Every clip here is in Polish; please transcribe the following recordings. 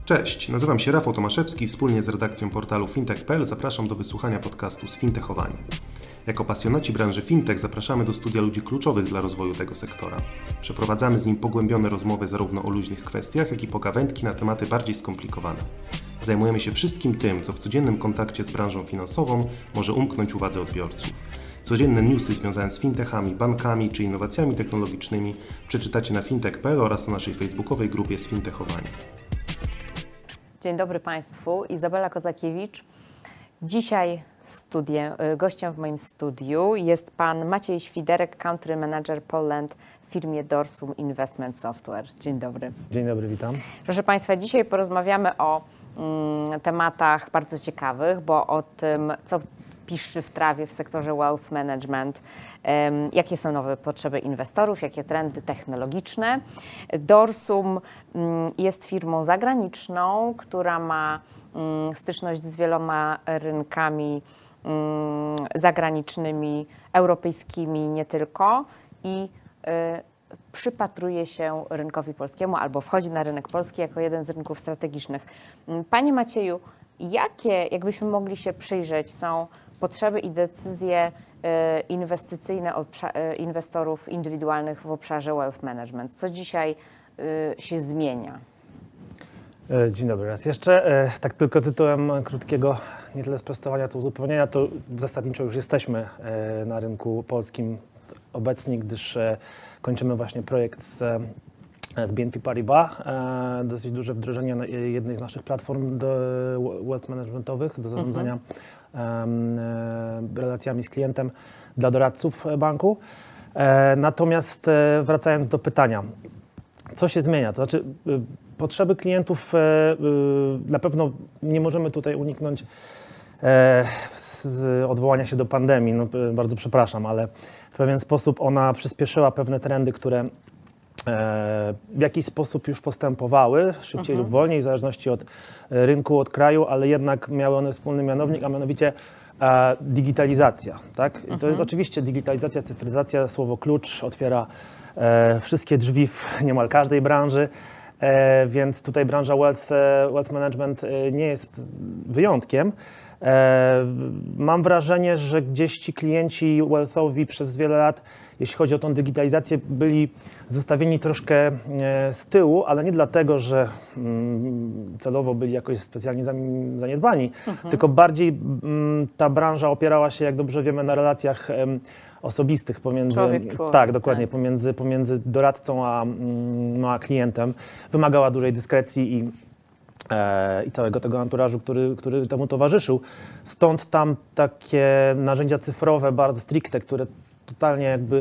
Cześć, nazywam się Rafał Tomaszewski i wspólnie z redakcją portalu fintech.pl zapraszam do wysłuchania podcastu Sfintechowanie. Jako pasjonaci branży fintech zapraszamy do studia ludzi kluczowych dla rozwoju tego sektora. Przeprowadzamy z nim pogłębione rozmowy zarówno o luźnych kwestiach, jak i pogawędki na tematy bardziej skomplikowane. Zajmujemy się wszystkim tym, co w codziennym kontakcie z branżą finansową może umknąć uwadze odbiorców. Codzienne newsy związane z fintechami, bankami czy innowacjami technologicznymi przeczytacie na fintech.pl oraz na naszej facebookowej grupie Sfintechowanie. Dzień dobry Państwu, Izabela Kozakiewicz. Dzisiaj gościem w moim studiu jest Pan Maciej Świderek, Country Manager Poland w firmie Dorsum Investment Software. Dzień dobry. Dzień dobry, witam. Proszę Państwa, dzisiaj porozmawiamy o tematach bardzo ciekawych, bo o tym, co piszczy w trawie w sektorze wealth management, jakie są nowe potrzeby inwestorów, jakie trendy technologiczne. Dorsum jest firmą zagraniczną, która ma styczność z wieloma rynkami zagranicznymi, europejskimi, nie tylko, i przypatruje się rynkowi polskiemu albo wchodzi na rynek polski jako jeden z rynków strategicznych. Panie Macieju, jakbyśmy mogli się przyjrzeć, są potrzeby i decyzje inwestycyjne inwestorów indywidualnych w obszarze wealth management? Co dzisiaj się zmienia? Dzień dobry raz jeszcze. Tak tylko tytułem krótkiego, nie tyle sprostowania, co uzupełnienia, to zasadniczo już jesteśmy na rynku polskim obecni, gdyż kończymy właśnie projekt z BNP Paribas, dosyć duże wdrożenie jednej z naszych platform wealth managementowych do zarządzania relacjami z klientem dla doradców banku. Natomiast wracając do pytania, co się zmienia? To znaczy potrzeby klientów na pewno nie możemy tutaj uniknąć z odwołania się do pandemii. No, bardzo przepraszam, ale w pewien sposób ona przyspieszyła pewne trendy, które w jakiś sposób już postępowały, szybciej lub wolniej, w zależności od rynku, od kraju, ale jednak miały one wspólny mianownik, a mianowicie digitalizacja. Tak? I to jest oczywiście digitalizacja, cyfryzacja, słowo klucz otwiera wszystkie drzwi w niemal każdej branży, więc tutaj branża wealth management nie jest wyjątkiem. Mam wrażenie, że gdzieś ci klienci wealthowi przez wiele lat, jeśli chodzi o tą digitalizację, byli zostawieni troszkę z tyłu, ale nie dlatego, że celowo byli jakoś specjalnie zaniedbani, tylko bardziej ta branża opierała się, jak dobrze wiemy, na relacjach osobistych pomiędzy, tak, dokładnie, tak. Pomiędzy doradcą a klientem. Wymagała dużej dyskrecji i całego tego anturażu, który temu towarzyszył. Stąd tam takie narzędzia cyfrowe, bardzo stricte, które totalnie jakby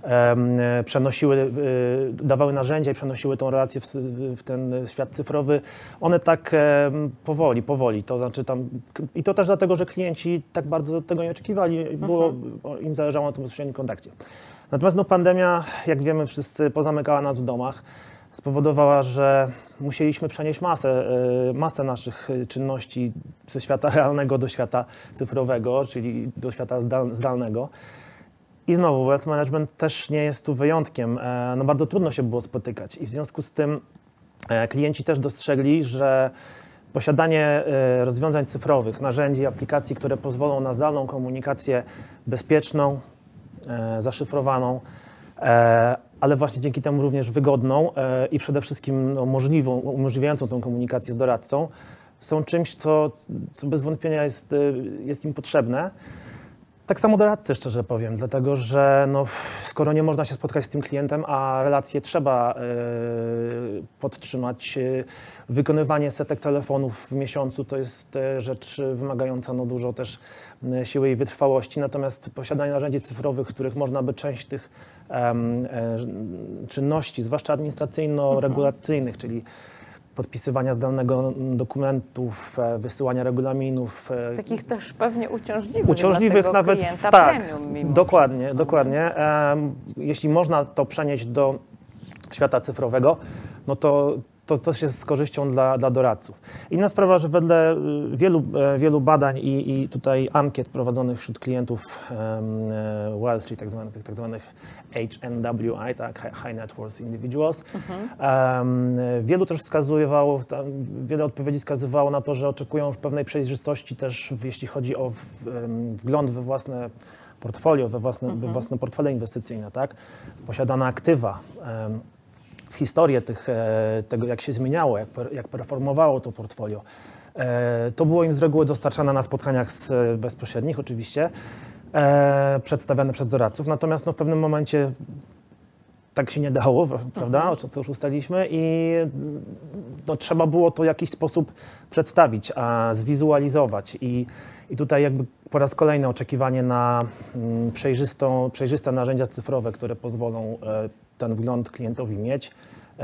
dawały narzędzia i przenosiły tą relację w ten świat cyfrowy. One tak powoli, to znaczy i to też dlatego, że klienci tak bardzo tego nie oczekiwali, im zależało na tym bezpośrednim kontakcie. Natomiast pandemia, jak wiemy wszyscy, pozamykała nas w domach, spowodowała, że musieliśmy przenieść masę naszych czynności ze świata realnego do świata cyfrowego, czyli do świata zdalnego. I znowu, wealth management też nie jest tu wyjątkiem. Bardzo trudno się było spotykać i w związku z tym klienci też dostrzegli, że posiadanie rozwiązań cyfrowych, narzędzi, aplikacji, które pozwolą na zdalną komunikację bezpieczną, zaszyfrowaną, ale właśnie dzięki temu również wygodną i przede wszystkim umożliwiającą tą komunikację z doradcą, są czymś, co bez wątpienia jest im potrzebne. Tak samo doradcy, szczerze powiem, dlatego że skoro nie można się spotkać z tym klientem, a relacje trzeba podtrzymać, wykonywanie setek telefonów w miesiącu to jest rzecz wymagająca dużo też siły i wytrwałości, natomiast posiadanie narzędzi cyfrowych, w których można by część tych czynności, zwłaszcza administracyjno-regulacyjnych, czyli podpisywania zdalnego dokumentów, wysyłania regulaminów. Takich też pewnie uciążliwych dla nawet klienta tak, premium. Dokładnie. Jeśli można to przenieść do świata cyfrowego, to to też jest z korzyścią dla doradców. Inna sprawa, że wedle wielu badań i tutaj ankiet prowadzonych wśród klientów Wealth, czyli tak zwanych HNWI, tak, High Net Worth Individuals, wielu też wskazywało, wiele odpowiedzi wskazywało na to, że oczekują już pewnej przejrzystości też, jeśli chodzi o wgląd we własne portfolio, we własne portfele inwestycyjne, tak, posiadane aktywa, w historię tego, jak się zmieniało, jak performowało to portfolio. To było im z reguły dostarczane na spotkaniach bezpośrednich oczywiście, przedstawiane przez doradców, natomiast w pewnym momencie tak się nie dało, prawda, co już ustaliliśmy i trzeba było to w jakiś sposób przedstawić, zwizualizować i tutaj jakby po raz kolejny oczekiwanie na przejrzyste narzędzia cyfrowe, które pozwolą ten wgląd klientowi mieć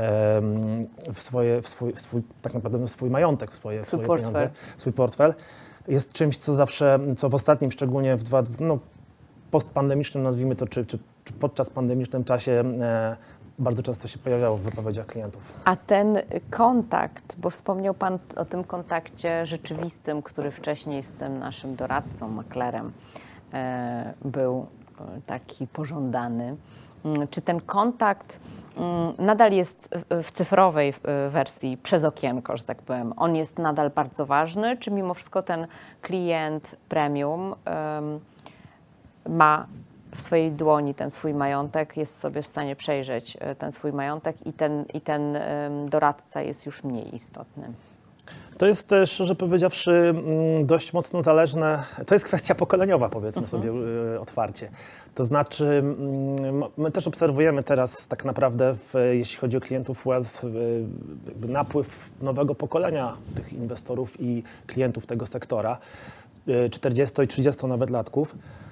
tak naprawdę w swój majątek, w swoje pieniądze, swój portfel, jest czymś, co w ostatnim, szczególnie postpandemicznym, nazwijmy to, czy podczas pandemicznym czasie bardzo często się pojawiało w wypowiedziach klientów. A ten kontakt, bo wspomniał Pan o tym kontakcie rzeczywistym, który wcześniej z tym naszym doradcą, maklerem był taki pożądany. Czy ten kontakt nadal jest w cyfrowej wersji przez okienko, że tak powiem, on jest nadal bardzo ważny, czy mimo wszystko ten klient premium ma w swojej dłoni ten swój majątek, jest sobie w stanie przejrzeć ten swój majątek i ten doradca jest już mniej istotny? To jest, szczerze powiedziawszy, dość mocno zależne, to jest kwestia pokoleniowa, powiedzmy sobie otwarcie. To znaczy, my też obserwujemy teraz tak naprawdę, jeśli chodzi o klientów Wealth, napływ nowego pokolenia tych inwestorów i klientów tego sektora, 40 i 30 nawet latków.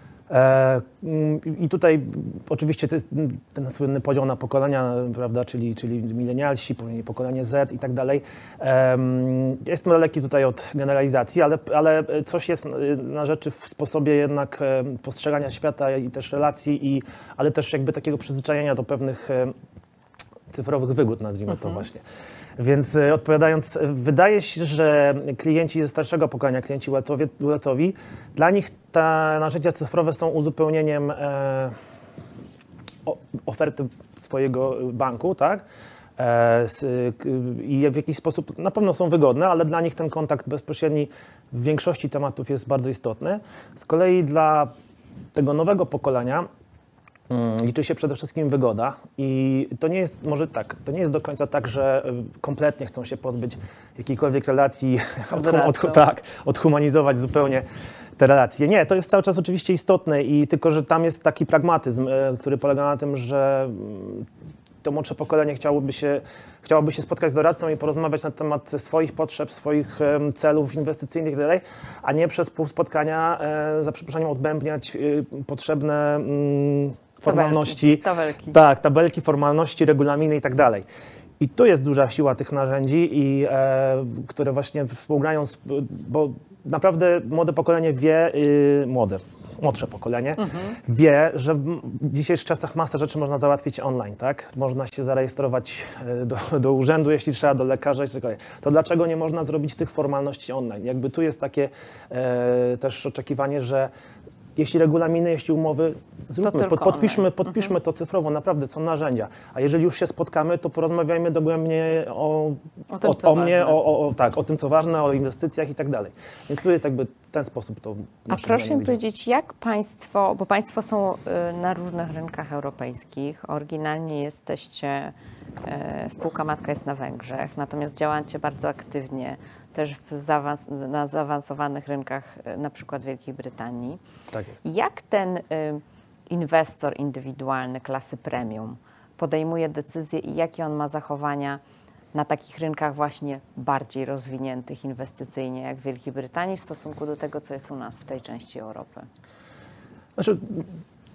I tutaj oczywiście to jest ten słynny podział na pokolenia, prawda, czyli milenialsi, pokolenie Z i tak dalej. Jestem daleki tutaj od generalizacji, ale coś jest na rzeczy w sposobie jednak postrzegania świata i też relacji, ale też jakby takiego przyzwyczajenia do pewnych cyfrowych wygód, nazwijmy to właśnie. Więc odpowiadając, wydaje się, że klienci ze starszego pokolenia, klienci Wealthowi, dla nich te narzędzia cyfrowe są uzupełnieniem oferty swojego banku, tak? I w jakiś sposób na pewno są wygodne, ale dla nich ten kontakt bezpośredni w większości tematów jest bardzo istotny. Z kolei dla tego nowego pokolenia liczy się przede wszystkim wygoda i to nie jest, może tak, to nie jest do końca tak, że kompletnie chcą się pozbyć jakiejkolwiek relacji, odhumanizować zupełnie te relacje. Nie, to jest cały czas oczywiście istotne i tylko, że tam jest taki pragmatyzm, który polega na tym, że to młodsze pokolenie chciałoby się spotkać z doradcą i porozmawiać na temat swoich potrzeb, swoich celów inwestycyjnych itd., a nie przez pół spotkania, za przeproszeniem, odbębniać potrzebne formalności, tabelki. Tak, tabelki, formalności, regulaminy i tak dalej. I tu jest duża siła tych narzędzi, które właśnie współgrają, bo naprawdę młode pokolenie wie, młodsze pokolenie wie, że w dzisiejszych czasach masę rzeczy można załatwić online, tak? Można się zarejestrować do urzędu, jeśli trzeba, do lekarza i tak. To dlaczego nie można zrobić tych formalności online? Jakby tu jest takie też oczekiwanie, że jeśli regulaminy, jeśli umowy, zróbmy, podpiszmy to cyfrowo, naprawdę są narzędzia. A jeżeli już się spotkamy, to porozmawiajmy dogłębnie o tym, co ważne, o inwestycjach i tak dalej. Więc tu jest jakby ten sposób to. A proszę mi powiedzieć, jak Państwo, bo Państwo są na różnych rynkach europejskich, oryginalnie jesteście, spółka matka jest na Węgrzech, natomiast działacie bardzo aktywnie też na zaawansowanych rynkach, na przykład Wielkiej Brytanii. Tak jest. Jak ten inwestor indywidualny klasy premium podejmuje decyzje i jakie on ma zachowania na takich rynkach właśnie bardziej rozwiniętych inwestycyjnie, jak w Wielkiej Brytanii, w stosunku do tego, co jest u nas w tej części Europy? Znaczy,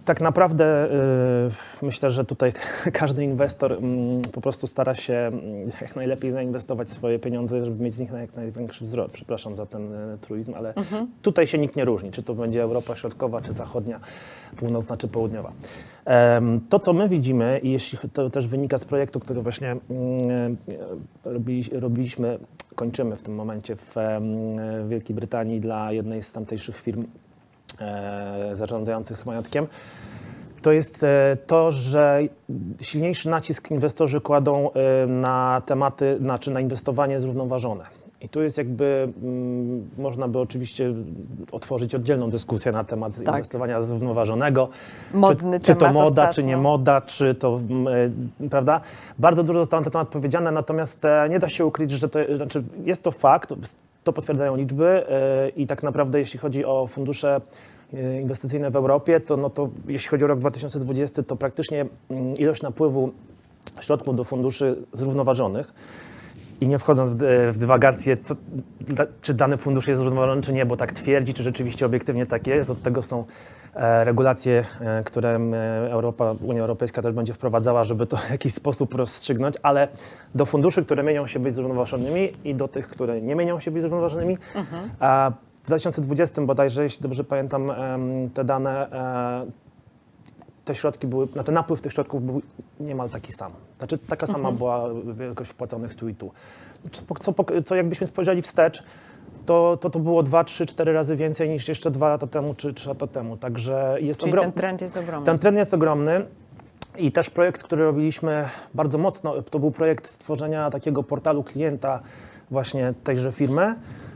Tak naprawdę myślę, że tutaj każdy inwestor po prostu stara się jak najlepiej zainwestować swoje pieniądze, żeby mieć z nich jak największy wzrost. Przepraszam za ten truizm, ale tutaj się nikt nie różni, czy to będzie Europa Środkowa, czy Zachodnia, Północna, czy Południowa. To, co my widzimy, i jeśli to też wynika z projektu, który właśnie robiliśmy, kończymy w tym momencie w Wielkiej Brytanii dla jednej z tamtejszych firm zarządzających majątkiem, to jest to, że silniejszy nacisk inwestorzy kładą na tematy, znaczy na inwestowanie zrównoważone. I tu jest jakby, można by oczywiście otworzyć oddzielną dyskusję na temat inwestowania zrównoważonego. Modny czy to temat moda, ostatnio. czy nie moda, czy to, prawda? Bardzo dużo zostało na ten temat powiedziane, natomiast nie da się ukryć, że to, znaczy jest to fakt, to potwierdzają liczby i tak naprawdę jeśli chodzi o fundusze inwestycyjne w Europie, to jeśli chodzi o rok 2020, to praktycznie ilość napływu środków do funduszy zrównoważonych i nie wchodząc w dywagację, czy dany fundusz jest zrównoważony, czy nie, bo tak twierdzi, czy rzeczywiście obiektywnie tak jest. Od tego są regulacje, które Unia Europejska też będzie wprowadzała, żeby to w jakiś sposób rozstrzygnąć, ale do funduszy, które mienią się być zrównoważonymi i do tych, które nie mienią się być zrównoważonymi, w 2020 bodajże, jeśli dobrze pamiętam te dane, te środki były, ten napływ tych środków był niemal taki sam. Znaczy taka sama była wielkość wpłaconych tu i tu. Co jakbyśmy spojrzeli wstecz, to było 2, 3, 4 razy więcej niż jeszcze 2 lata temu czy 3 lata temu. Także jest Czyli ten trend jest ogromny. Ten trend jest ogromny. I też projekt, który robiliśmy bardzo mocno, to był projekt stworzenia takiego portalu klienta właśnie tejże firmy.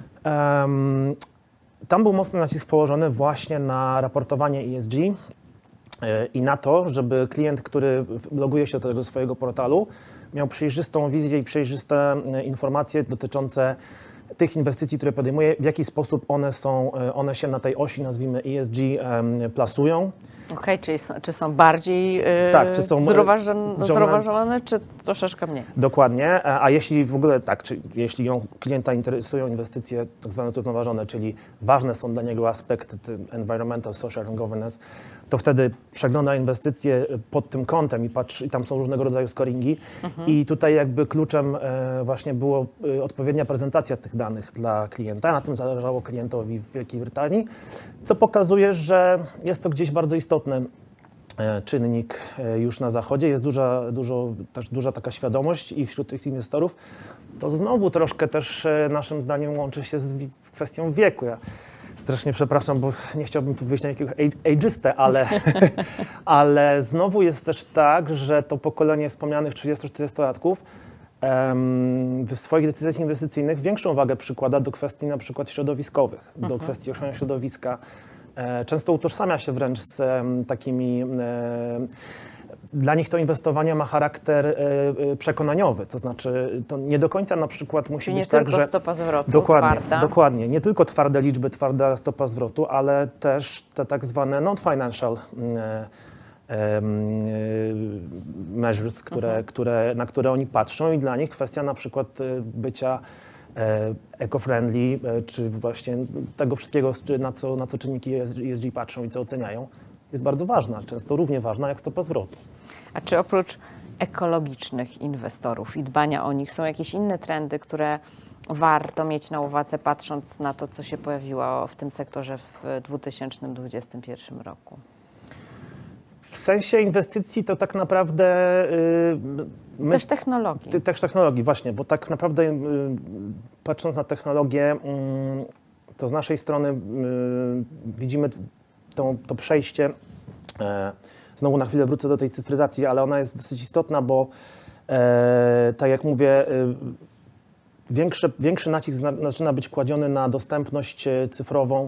Tam był mocny nacisk położony właśnie na raportowanie ESG i na to, żeby klient, który loguje się do tego swojego portalu, miał przejrzystą wizję i przejrzyste informacje dotyczące tych inwestycji, które podejmuje, w jaki sposób one się na tej osi, nazwijmy ESG, plasują. Okej, czyli czy są bardziej czy są zrównoważone, czy troszeczkę mniej? Dokładnie, a jeśli w ogóle jeśli klienta interesują inwestycje tak zwane zrównoważone, czyli ważne są dla niego aspekty environmental, social and governance, to wtedy przegląda inwestycje pod tym kątem i patrzy, i tam są różnego rodzaju scoringi. I tutaj jakby kluczem właśnie było odpowiednia prezentacja tych danych dla klienta. Na tym zależało klientowi w Wielkiej Brytanii, co pokazuje, że jest to gdzieś bardzo istotny czynnik już na Zachodzie. Jest duża taka świadomość i wśród tych inwestorów. To znowu troszkę też naszym zdaniem łączy się z kwestią wieku. Ja strasznie przepraszam, bo nie chciałbym tu wyjść na jakiegoś ageistę, ale znowu jest też tak, że to pokolenie wspomnianych 30-40-latków w swoich decyzjach inwestycyjnych większą wagę przykłada do kwestii na przykład środowiskowych, do kwestii ochrony środowiska. Często utożsamia się wręcz z takimi... Dla nich to inwestowanie ma charakter przekonaniowy, to znaczy to nie do końca na przykład musi być tak, że... Nie tylko stopa zwrotu, twarda. Dokładnie, nie tylko twarde liczby, twarda stopa zwrotu, ale też te tak zwane non-financial measures, na które oni patrzą i dla nich kwestia na przykład bycia eco-friendly, czy właśnie tego wszystkiego, na co czynniki ESG patrzą i co oceniają, jest bardzo ważna, często równie ważna jak stopa zwrotu. A czy oprócz ekologicznych inwestorów i dbania o nich są jakieś inne trendy, które warto mieć na uwadze, patrząc na to, co się pojawiło w tym sektorze w 2021 roku? W sensie inwestycji to tak naprawdę... Też technologii. Też technologii, właśnie, bo tak naprawdę patrząc na technologię, to z naszej strony widzimy to przejście, znowu na chwilę wrócę do tej cyfryzacji, ale ona jest dosyć istotna, bo tak jak mówię, większy nacisk zaczyna być kładziony na dostępność cyfrową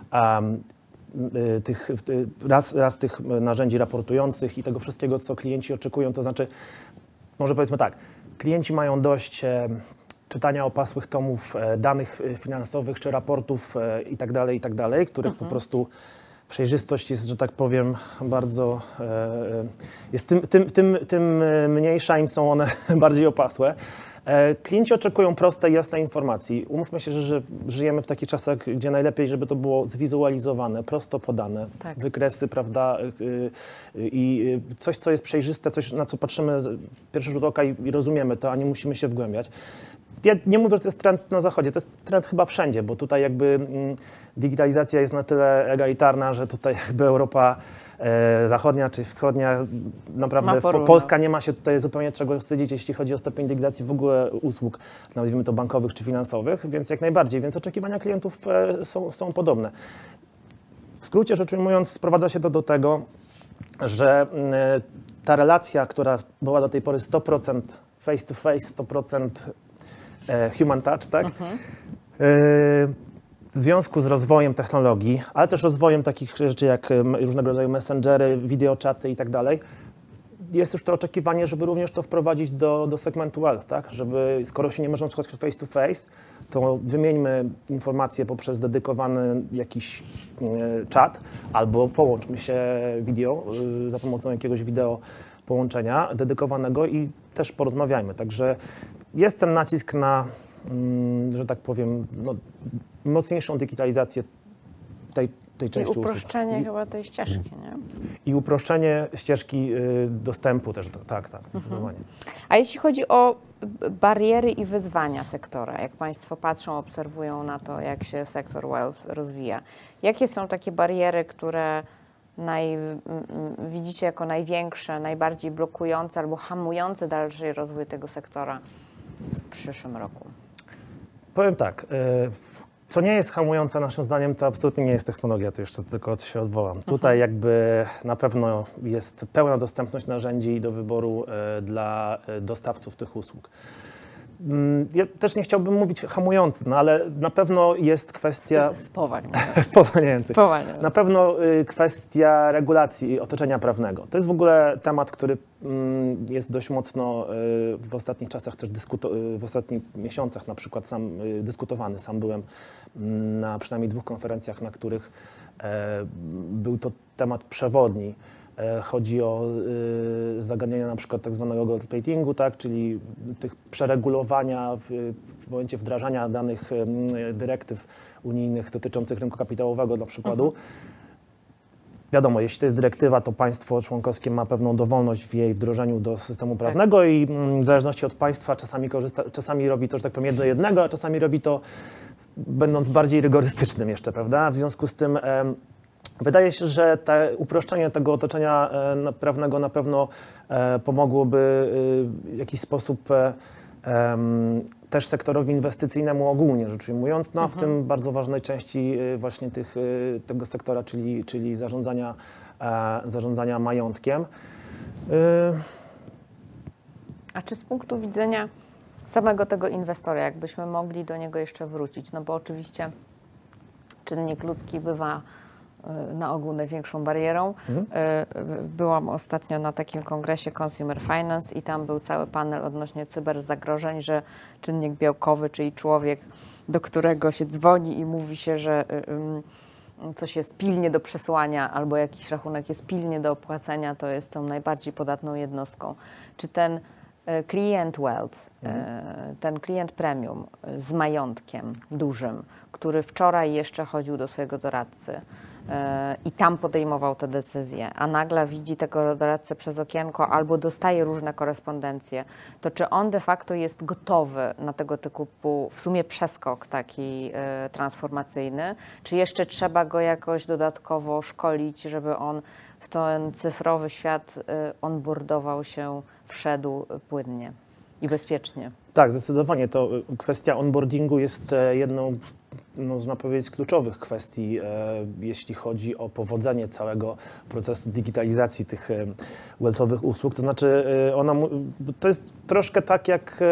raz tych narzędzi raportujących i tego wszystkiego, co klienci oczekują, to znaczy, może powiedzmy tak, klienci mają dość czytania opasłych tomów danych finansowych czy raportów i tak dalej, których po prostu przejrzystość jest, że tak powiem, bardzo, jest tym mniejsza, im są one bardziej opasłe. Klienci oczekują prostej, jasnej informacji. Umówmy się, że żyjemy w takich czasach, gdzie najlepiej, żeby to było zwizualizowane, prosto podane, Tak. wykresy, prawda, i coś, co jest przejrzyste, coś, na co patrzymy pierwszy rzut oka i rozumiemy to, a nie musimy się wgłębiać. Ja nie mówię, że to jest trend na zachodzie, to jest trend chyba wszędzie, bo tutaj jakby digitalizacja jest na tyle egalitarna, że tutaj jakby Europa zachodnia czy wschodnia, naprawdę Polska nie ma się tutaj zupełnie czego wstydzić, jeśli chodzi o stopień digitalizacji w ogóle usług, nazwijmy to bankowych czy finansowych, więc jak najbardziej, więc oczekiwania klientów są podobne. W skrócie rzecz ujmując, sprowadza się to do tego, że ta relacja, która była do tej pory 100% face to face, 100% human touch, tak? W związku z rozwojem technologii, ale też rozwojem takich rzeczy jak różnego rodzaju messengery, wideoczaty i tak dalej, jest już to oczekiwanie, żeby również to wprowadzić do segmentu wealth, tak? Żeby, skoro się nie możemy spotkać face to face, to wymieńmy informacje poprzez dedykowany jakiś czat albo połączmy się wideo za pomocą jakiegoś wideo połączenia dedykowanego i też porozmawiajmy. Także jest ten nacisk na, że tak powiem, no, mocniejszą digitalizację tej części usług. I uproszczenie chyba tej ścieżki, nie? I uproszczenie ścieżki dostępu też, tak, zdecydowanie. A jeśli chodzi o bariery i wyzwania sektora, jak Państwo patrzą, obserwują na to, jak się sektor wealth rozwija, jakie są takie bariery, które widzicie jako największe, najbardziej blokujące albo hamujące dalszy rozwój tego sektora w przyszłym roku? Powiem tak, co nie jest hamujące naszym zdaniem, to absolutnie nie jest technologia, to jeszcze tylko się odwołam. Tutaj jakby na pewno jest pełna dostępność narzędzi do wyboru dla dostawców tych usług. Ja też nie chciałbym mówić hamujący, no ale na pewno jest kwestia... Spowalniający. Na pewno kwestia regulacji i otoczenia prawnego. To jest w ogóle temat, który jest dość mocno w ostatnich czasach też w ostatnich miesiącach na przykład dyskutowany. Sam byłem na przynajmniej 2 konferencjach, na których był to temat przewodni. Chodzi o zagadnienia na przykład tak zwanego gold platingu, tak, czyli tych przeregulowania w momencie wdrażania danych dyrektyw unijnych dotyczących rynku kapitałowego dla przykładu. Wiadomo, jeśli to jest dyrektywa, to państwo członkowskie ma pewną dowolność w jej wdrożeniu do systemu prawnego i w zależności od państwa czasami robi to, że tak powiem, 1 do 1, a czasami robi to będąc bardziej rygorystycznym jeszcze, prawda? W związku z tym wydaje się, że uproszczenie tego otoczenia prawnego na pewno pomogłoby w jakiś sposób też sektorowi inwestycyjnemu ogólnie rzecz ujmując, no a w tym bardzo ważnej części właśnie tego sektora, czyli zarządzania majątkiem. A czy z punktu widzenia samego tego inwestora, jakbyśmy mogli do niego jeszcze wrócić, no bo oczywiście czynnik ludzki bywa na ogół największą barierą. Byłam ostatnio na takim kongresie Consumer Finance i tam był cały panel odnośnie cyberzagrożeń, że czynnik białkowy, czyli człowiek, do którego się dzwoni i mówi się, że coś jest pilnie do przesłania albo jakiś rachunek jest pilnie do opłacenia, to jest tą najbardziej podatną jednostką. Czy ten klient wealth, ten klient premium z majątkiem dużym, który wczoraj jeszcze chodził do swojego doradcy i tam podejmował te decyzje, a nagle widzi tego doradcę przez okienko albo dostaje różne korespondencje, to czy on de facto jest gotowy na tego typu w sumie przeskok taki transformacyjny, czy jeszcze trzeba go jakoś dodatkowo szkolić, żeby on w ten cyfrowy świat onboardował się, wszedł płynnie i bezpiecznie? Tak, zdecydowanie. To kwestia onboardingu jest jedną, można powiedzieć, z kluczowych kwestii, jeśli chodzi o powodzenie całego procesu digitalizacji tych wealthowych usług. To znaczy, to jest troszkę tak,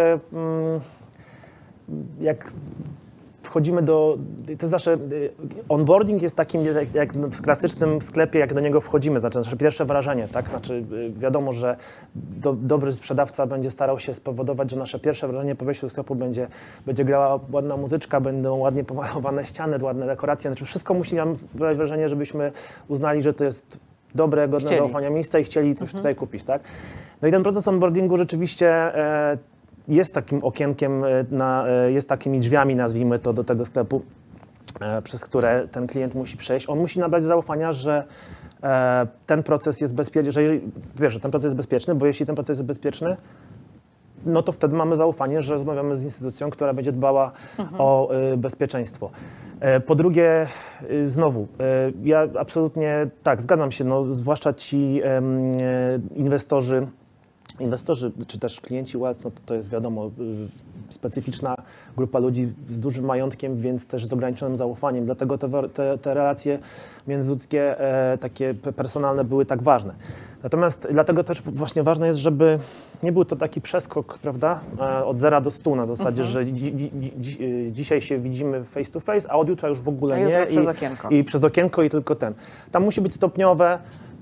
jak wchodzimy to jest nasze, onboarding jest takim jak w klasycznym sklepie, jak do niego wchodzimy, znaczy nasze pierwsze wrażenie, tak? Znaczy wiadomo, że dobry sprzedawca będzie starał się spowodować, że nasze pierwsze wrażenie po wejściu do sklepu będzie grała ładna muzyczka, będą ładnie pomalowane ściany, ładne dekoracje, znaczy wszystko musi nam sprawiać wrażenie, żebyśmy uznali, że to jest dobre, godne zaufania miejsce i chcieli coś tutaj kupić, tak? No i ten proces onboardingu rzeczywiście jest takim okienkiem, jest takimi drzwiami, nazwijmy to, do tego sklepu, przez które ten klient musi przejść. On musi nabrać zaufania, że ten proces jest bezpieczny, że wiesz, że ten proces jest bezpieczny, bo jeśli ten proces jest bezpieczny, no to wtedy mamy zaufanie, że rozmawiamy z instytucją, która będzie dbała o bezpieczeństwo. Po drugie, znowu, ja absolutnie tak, zgadzam się, no, zwłaszcza ci inwestorzy, czy też klienci wealth, no to jest wiadomo, specyficzna grupa ludzi z dużym majątkiem, więc też z ograniczonym zaufaniem. Dlatego te relacje międzyludzkie, takie personalne były tak ważne. Natomiast dlatego też właśnie ważne jest, żeby nie był to taki przeskok, prawda, od 0 do 100 na zasadzie, że dzisiaj się widzimy face to face, a od jutra już w ogóle nie. Przez okienko. I przez okienko i tylko ten. Tam musi być stopniowe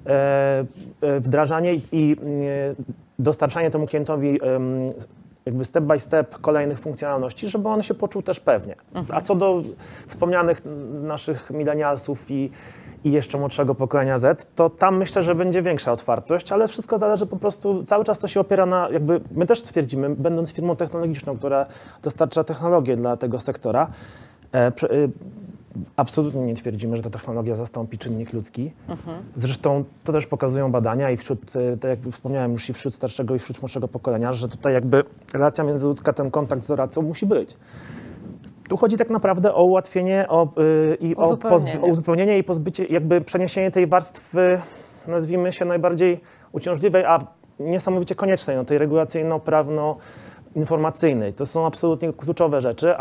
wdrażanie i dostarczanie temu klientowi jakby step by step kolejnych funkcjonalności, żeby on się poczuł też pewnie. A co do wspomnianych naszych milenialsów i jeszcze młodszego pokolenia Z, to tam myślę, że będzie większa otwartość, ale wszystko zależy po prostu, cały czas to się opiera na, jakby my też stwierdzimy, będąc firmą technologiczną, która dostarcza technologię dla tego sektora, absolutnie nie twierdzimy, że ta technologia zastąpi czynnik ludzki. Zresztą to też pokazują badania i wśród, tak jak wspomniałem już i wśród starszego i wśród młodszego pokolenia, że tutaj jakby relacja międzyludzka, ten kontakt z doradcą musi być. Tu chodzi tak naprawdę o ułatwienie o uzupełnienie i pozbycie, jakby przeniesienie tej warstwy, nazwijmy się, najbardziej uciążliwej, a niesamowicie koniecznej, no, tej regulacyjno-prawno-informacyjnej. To są absolutnie kluczowe rzeczy,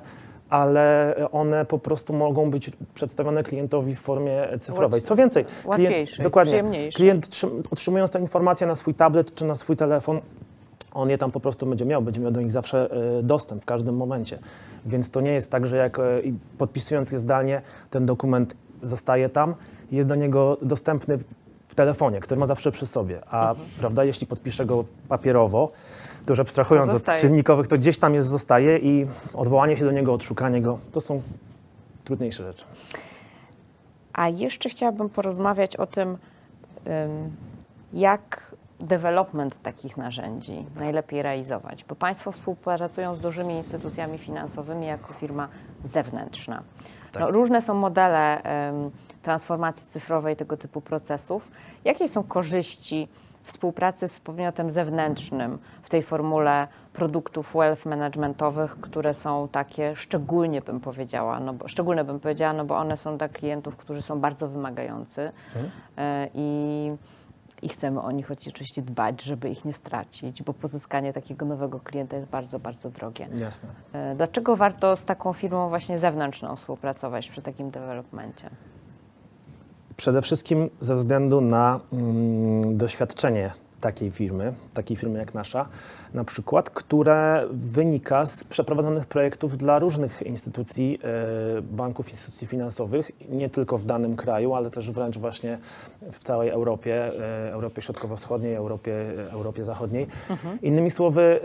ale one po prostu mogą być przedstawione klientowi w formie cyfrowej. Co więcej, klient otrzymując tę informację na swój tablet czy na swój telefon, on je tam po prostu będzie miał do nich zawsze dostęp w każdym momencie. Więc to nie jest tak, że jak podpisując je zdalnie, ten dokument zostaje tam i jest do niego dostępny w telefonie, który ma zawsze przy sobie. A prawda, jeśli podpiszę go papierowo, to już abstrahując od czynnikowych, to gdzieś tam zostaje i odwołanie się do niego, odszukanie go, to są trudniejsze rzeczy. A jeszcze chciałabym porozmawiać o tym, jak development takich narzędzi najlepiej realizować, bo Państwo współpracują z dużymi instytucjami finansowymi jako firma zewnętrzna. Tak. No, różne są modele transformacji cyfrowej tego typu procesów. Jakie są korzyści współpracy z podmiotem zewnętrznym w tej formule produktów wealth managementowych, które są takie szczególnie bym powiedziała, no bo one są dla klientów, którzy są bardzo wymagający i chcemy o nich oczywiście dbać, żeby ich nie stracić, bo pozyskanie takiego nowego klienta jest bardzo, bardzo drogie. Jasne. Dlaczego warto z taką firmą właśnie zewnętrzną współpracować przy takim developmencie? Przede wszystkim ze względu na doświadczenie takiej firmy jak nasza, na przykład, które wynika z przeprowadzonych projektów dla różnych instytucji, banków, instytucji finansowych, nie tylko w danym kraju, ale też wręcz właśnie w całej Europie, Europie Środkowo-Wschodniej, Europie Zachodniej. Innymi słowy,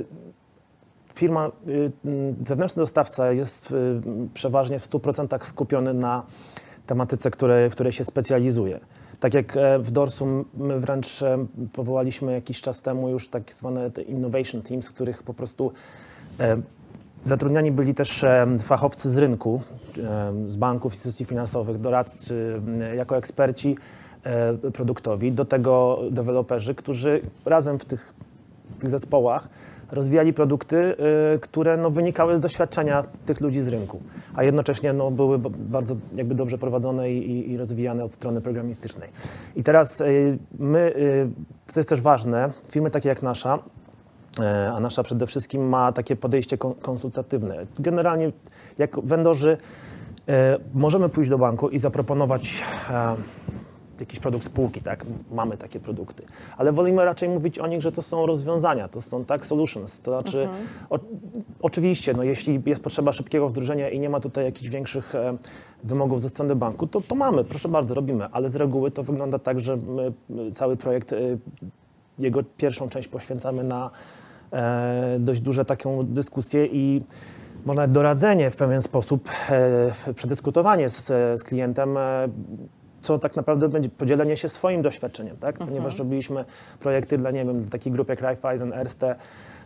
firma, zewnętrzny dostawca jest przeważnie w 100% skupiony na tematyce, w której się specjalizuje. Tak jak w Dorsum my wręcz powołaliśmy jakiś czas temu już tak zwane innovation teams, w których po prostu zatrudniani byli też fachowcy z rynku, z banków, instytucji finansowych, doradcy, jako eksperci produktowi, do tego deweloperzy, którzy razem w tych zespołach rozwijali produkty, które wynikały z doświadczenia tych ludzi z rynku, a jednocześnie były bardzo jakby dobrze prowadzone i rozwijane od strony programistycznej. I teraz my, co jest też ważne, firmy takie jak nasza, a nasza przede wszystkim ma takie podejście konsultatywne. Generalnie jako vendorzy możemy pójść do banku i zaproponować jakiś produkt spółki, tak? Mamy takie produkty. Ale wolimy raczej mówić o nich, że to są rozwiązania, to są solutions. To znaczy, oczywiście, jeśli jest potrzeba szybkiego wdrożenia i nie ma tutaj jakichś większych wymogów ze strony banku, to mamy, proszę bardzo, robimy. Ale z reguły to wygląda tak, że my cały projekt, jego pierwszą część poświęcamy na dość duże taką dyskusję i może nawet doradzenie w pewien sposób, przedyskutowanie z klientem, co tak naprawdę będzie podzielenie się swoim doświadczeniem, tak? Ponieważ robiliśmy projekty dla, nie wiem, takich grup jak Raiffeisen, Erste,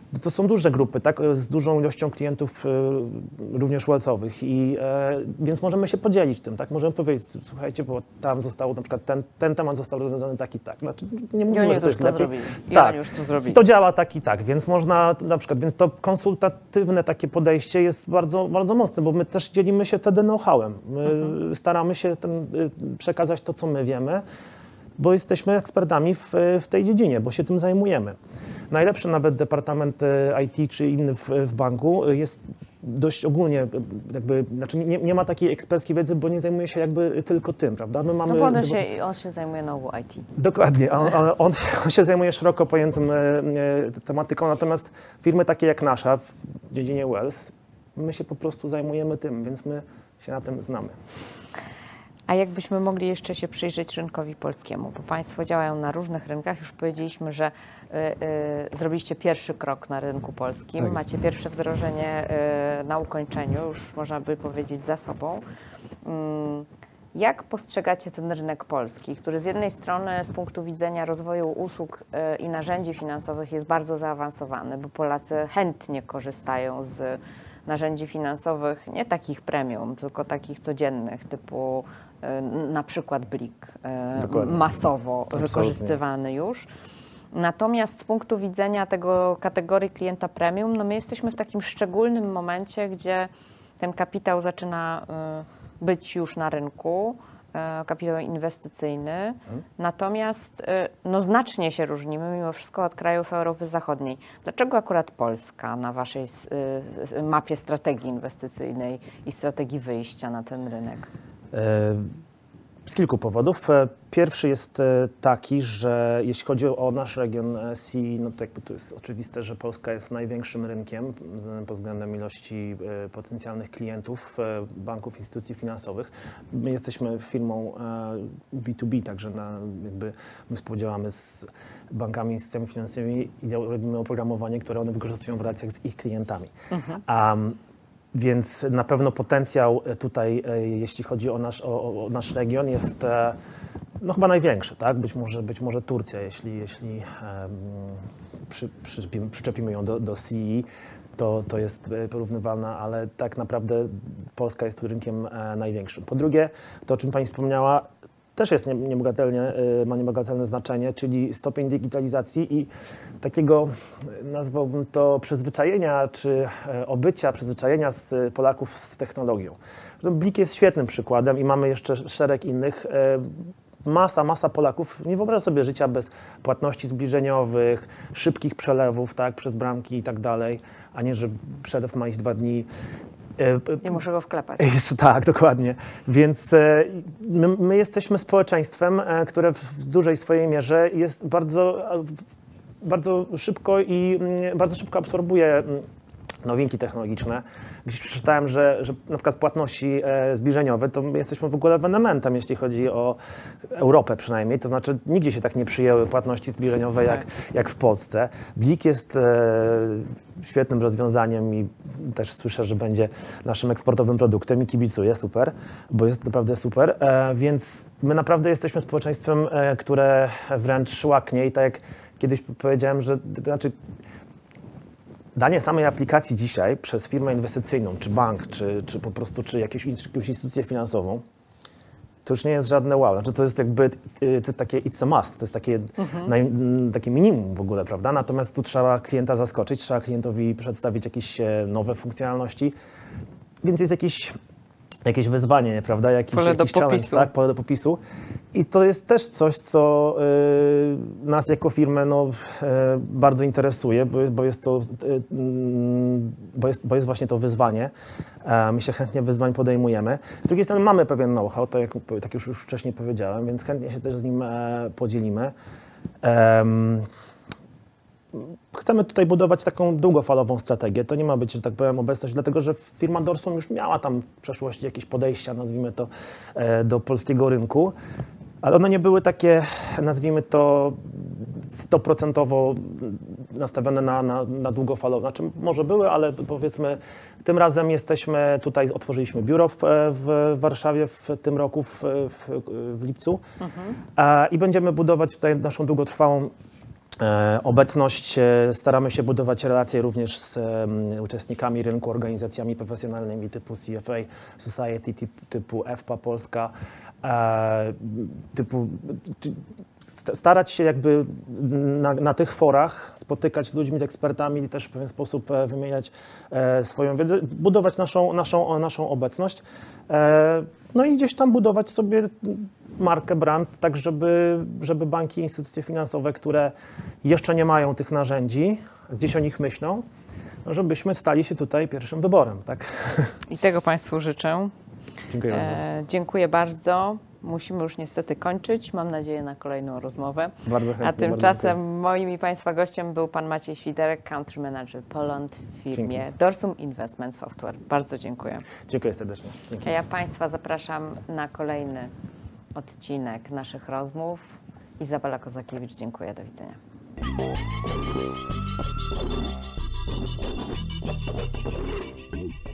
to są duże grupy, tak, z dużą ilością klientów również wealthowych więc możemy się podzielić tym, tak, możemy powiedzieć, słuchajcie, bo tam zostało na przykład ten temat został rozwiązany tak i tak. Znaczy, nie mówimy, że to jest lepiej. Tak, już to zrobili. To działa tak i tak, więc można na przykład, więc to konsultatywne takie podejście jest bardzo, bardzo mocne, bo my też dzielimy się wtedy know-howem. My staramy się przekazać to, co my wiemy, bo jesteśmy ekspertami w tej dziedzinie, bo się tym zajmujemy. Najlepszy nawet departament IT czy inny w banku jest dość ogólnie, znaczy nie ma takiej eksperckiej wiedzy, bo nie zajmuje się jakby tylko tym, prawda? My mamy, no bo on się zajmuje nową IT. Dokładnie, on się zajmuje szeroko pojętym tematyką, natomiast firmy takie jak nasza w dziedzinie wealth, my się po prostu zajmujemy tym, więc my się na tym znamy. A jakbyśmy mogli jeszcze się przyjrzeć rynkowi polskiemu, bo Państwo działają na różnych rynkach, już powiedzieliśmy, że zrobiliście pierwszy krok na rynku polskim, tak. Macie pierwsze wdrożenie na ukończeniu, już można by powiedzieć za sobą. Jak postrzegacie ten rynek polski, który z jednej strony z punktu widzenia rozwoju usług i narzędzi finansowych jest bardzo zaawansowany, bo Polacy chętnie korzystają z narzędzi finansowych, nie takich premium, tylko takich codziennych, typu na przykład Blik, masowo wykorzystywany już. Natomiast z punktu widzenia tego kategorii klienta premium, no my jesteśmy w takim szczególnym momencie, gdzie ten kapitał zaczyna być już na rynku, kapitał inwestycyjny, natomiast no, znacznie się różnimy mimo wszystko od krajów Europy Zachodniej. Dlaczego akurat Polska na waszej mapie strategii inwestycyjnej i strategii wyjścia na ten rynek? Z kilku powodów. Pierwszy jest taki, że jeśli chodzi o nasz region CEE, no to jakby to jest oczywiste, że Polska jest największym rynkiem pod względem ilości potencjalnych klientów, banków, instytucji finansowych. My jesteśmy firmą B2B, także jakby my współdziałamy z bankami, instytucjami finansowymi i robimy oprogramowanie, które one wykorzystują w relacjach z ich klientami. Więc na pewno potencjał tutaj, jeśli chodzi o nasz region, jest no, chyba największy, tak? Być może Turcja, jeśli przyczepimy ją do CEE, to jest porównywalna, ale tak naprawdę Polska jest tu rynkiem największym. Po drugie, to o czym Pani wspomniała, też jest ma niebagatelne znaczenie, czyli stopień digitalizacji i takiego, nazwałbym to, przyzwyczajenia czy przyzwyczajenia z Polaków z technologią. Blik jest świetnym przykładem i mamy jeszcze szereg innych. Masa Polaków nie wyobraża sobie życia bez płatności zbliżeniowych, szybkich przelewów, tak, przez bramki i tak dalej, a nie, że przelew ma iść 2 dni. Nie muszę go wklepać. Jeszcze tak, dokładnie. Więc my jesteśmy społeczeństwem, które w dużej swojej mierze jest bardzo szybko absorbuje nowinki technologiczne. Gdzieś przeczytałem, że na przykład płatności zbliżeniowe to my jesteśmy w ogóle ewenementem, jeśli chodzi o Europę przynajmniej. To znaczy nigdzie się tak nie przyjęły płatności zbliżeniowe jak w Polsce. Blik jest świetnym rozwiązaniem i też słyszę, że będzie naszym eksportowym produktem i kibicuję, super, bo jest naprawdę super. Więc my naprawdę jesteśmy społeczeństwem, które wręcz łaknie i tak jak kiedyś powiedziałem, że to znaczy danie samej aplikacji dzisiaj przez firmę inwestycyjną, czy bank, czy po prostu jakąś instytucję finansową, to już nie jest żadne wow. Znaczy to jest jakby, to jest takie it's a must, to jest takie minimum w ogóle, prawda? Natomiast tu trzeba klienta zaskoczyć, trzeba klientowi przedstawić jakieś nowe funkcjonalności, więc jest jakieś wyzwanie, prawda? Jakiś challenge, tak? Pole do popisu. I to jest też coś, co nas jako firmę bardzo interesuje, bo jest właśnie to wyzwanie. My się chętnie wyzwań podejmujemy. Z drugiej strony mamy pewien know-how, tak już wcześniej powiedziałem, więc chętnie się też z nim podzielimy. Chcemy tutaj budować taką długofalową strategię. To nie ma być, że tak powiem, obecność, dlatego że firma Dorsum już miała tam w przeszłości jakieś podejścia, nazwijmy to, do polskiego rynku, ale one nie były takie, nazwijmy to, 100% nastawione na długofalowe. Znaczy może były, ale powiedzmy tym razem tutaj otworzyliśmy biuro w Warszawie w tym roku, w lipcu i będziemy budować tutaj naszą długotrwałą Obecność, staramy się budować relacje również z uczestnikami rynku, organizacjami profesjonalnymi typu CFA Society, typu FPA Polska, starać się jakby na tych forach spotykać z ludźmi, z ekspertami i też w pewien sposób wymieniać swoją wiedzę, budować naszą obecność, no i gdzieś tam budować sobie markę, brand, tak żeby banki i instytucje finansowe, które jeszcze nie mają tych narzędzi, gdzieś o nich myślą, no żebyśmy stali się tutaj pierwszym wyborem. Tak? I tego Państwu życzę. Dziękuję bardzo. Dziękuję bardzo. Musimy już niestety kończyć. Mam nadzieję na kolejną rozmowę. Bardzo chętnie. A tymczasem moim i Państwa gościem był Pan Maciej Świderek, Country Manager Poland w firmie Dzięki. Dorsum Investment Software. Bardzo dziękuję. Dziękuję serdecznie. Dzięki. A ja Państwa zapraszam na kolejny odcinek naszych rozmów. Izabela Kozakiewicz, dziękuję. Do widzenia.